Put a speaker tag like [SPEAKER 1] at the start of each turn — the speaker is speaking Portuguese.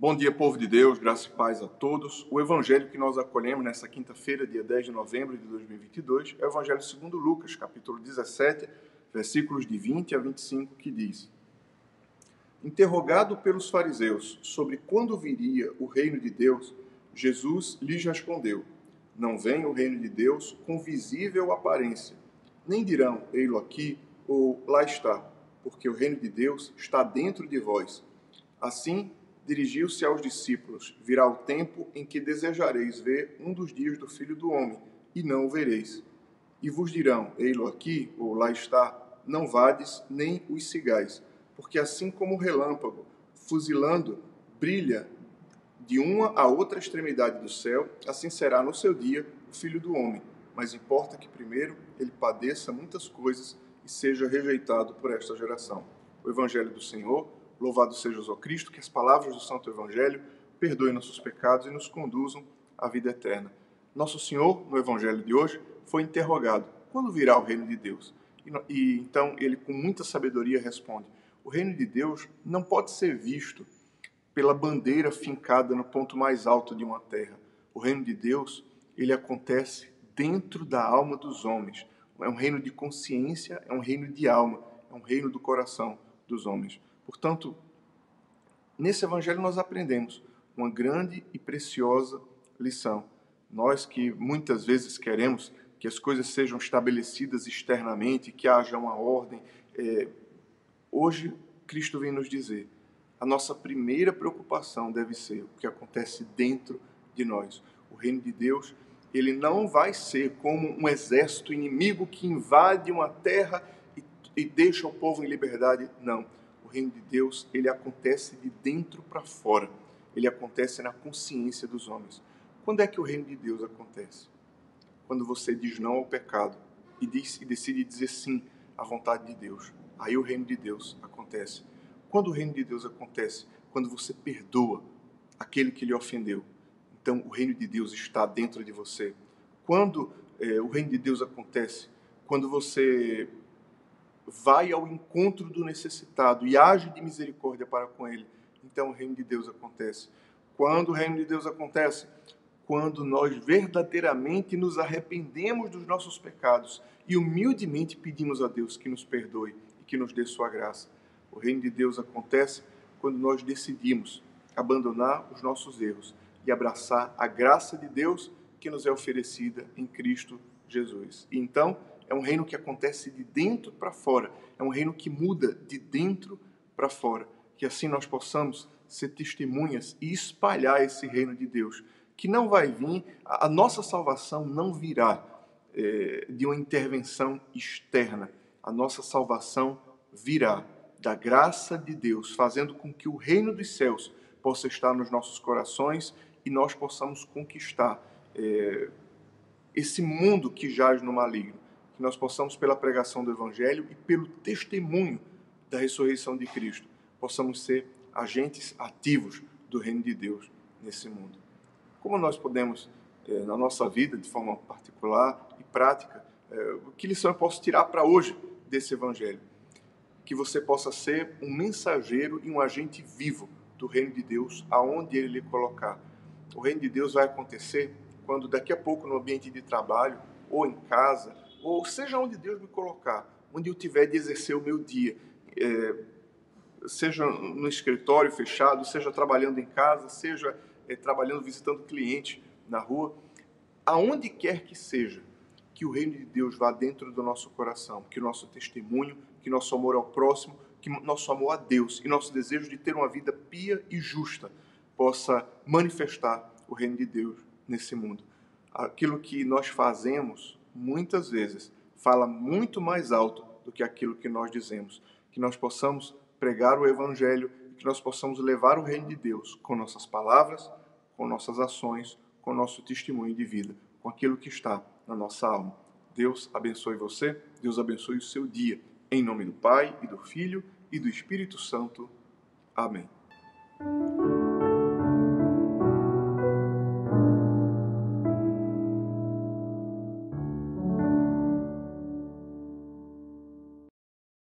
[SPEAKER 1] Bom dia, povo de Deus, graça e paz a todos. O evangelho que nós acolhemos nessa quinta-feira, dia 10 de novembro de 2022, é o evangelho segundo Lucas, capítulo 17, versículos de 20 a 25, que diz: Interrogado pelos fariseus sobre quando viria o reino de Deus, Jesus lhes respondeu: Não vem o reino de Deus com visível aparência, nem dirão, ei-lo aqui ou lá está, porque o reino de Deus está dentro de vós. Assim, dirigiu-se aos discípulos: Virá o tempo em que desejareis ver um dos dias do Filho do Homem, e não o vereis. E vos dirão, ei-lo aqui, ou lá está, não vades, nem os sigais, porque assim como o relâmpago, fuzilando, brilha de uma a outra extremidade do céu, assim será no seu dia o Filho do Homem. Mas importa que primeiro ele padeça muitas coisas e seja rejeitado por esta geração. O Evangelho do Senhor. Louvado seja o Cristo, que as palavras do Santo Evangelho perdoem nossos pecados e nos conduzam à vida eterna. Nosso Senhor, no Evangelho de hoje, foi interrogado: quando virá o reino de Deus? E então ele, com muita sabedoria, responde: o reino de Deus não pode ser visto pela bandeira fincada no ponto mais alto de uma terra. O reino de Deus, ele acontece dentro da alma dos homens. É um reino de consciência, é um reino de alma, é um reino do coração dos homens. Portanto, nesse evangelho nós aprendemos uma grande e preciosa lição. Nós que muitas vezes queremos que as coisas sejam estabelecidas externamente, que haja uma ordem, hoje Cristo vem nos dizer: a nossa primeira preocupação deve ser o que acontece dentro de nós. O reino de Deus, ele não vai ser como um exército inimigo que invade uma terra e deixa o povo em liberdade. Não. O reino de Deus, ele acontece de dentro para fora. Ele acontece na consciência dos homens. Quando é que o reino de Deus acontece? Quando você diz não ao pecado e decide dizer sim à vontade de Deus. Aí o reino de Deus acontece. Quando o reino de Deus acontece? Quando você perdoa aquele que lhe ofendeu. Então o reino de Deus está dentro de você. Quando o reino de Deus acontece? Quando você vai ao encontro do necessitado e age de misericórdia para com ele. Então o reino de Deus acontece. Quando o reino de Deus acontece? Quando nós verdadeiramente nos arrependemos dos nossos pecados e humildemente pedimos a Deus que nos perdoe e que nos dê sua graça. O reino de Deus acontece quando nós decidimos abandonar os nossos erros e abraçar a graça de Deus que nos é oferecida em Cristo Jesus. E então, é um reino que acontece de dentro para fora. É um reino que muda de dentro para fora. Que assim nós possamos ser testemunhas e espalhar esse reino de Deus. Que não vai vir, a nossa salvação não virá de uma intervenção externa. A nossa salvação virá da graça de Deus, fazendo com que o reino dos céus possa estar nos nossos corações e nós possamos conquistar esse mundo que jaz no maligno. Que nós possamos, pela pregação do Evangelho e pelo testemunho da ressurreição de Cristo, possamos ser agentes ativos do reino de Deus nesse mundo. Como nós podemos, na nossa vida, de forma particular e prática, que lição eu posso tirar para hoje desse Evangelho? Que você possa ser um mensageiro e um agente vivo do reino de Deus, aonde Ele lhe colocar. O reino de Deus vai acontecer quando daqui a pouco no ambiente de trabalho, ou em casa, ou seja onde Deus me colocar, onde eu tiver de exercer o meu dia, seja no escritório fechado, seja trabalhando em casa, seja trabalhando, visitando cliente na rua, aonde quer que seja, que o reino de Deus vá dentro do nosso coração, que o nosso testemunho, que nosso amor ao próximo, que nosso amor a Deus e nosso desejo de ter uma vida pia e justa possa manifestar o reino de Deus nesse mundo. Aquilo que nós fazemos, muitas vezes, fala muito mais alto do que aquilo que nós dizemos. Que nós possamos pregar o Evangelho, que nós possamos levar o reino de Deus com nossas palavras, com nossas ações, com nosso testemunho de vida, com aquilo que está na nossa alma. Deus abençoe você, Deus abençoe o seu dia. Em nome do Pai, e do Filho, e do Espírito Santo. Amém.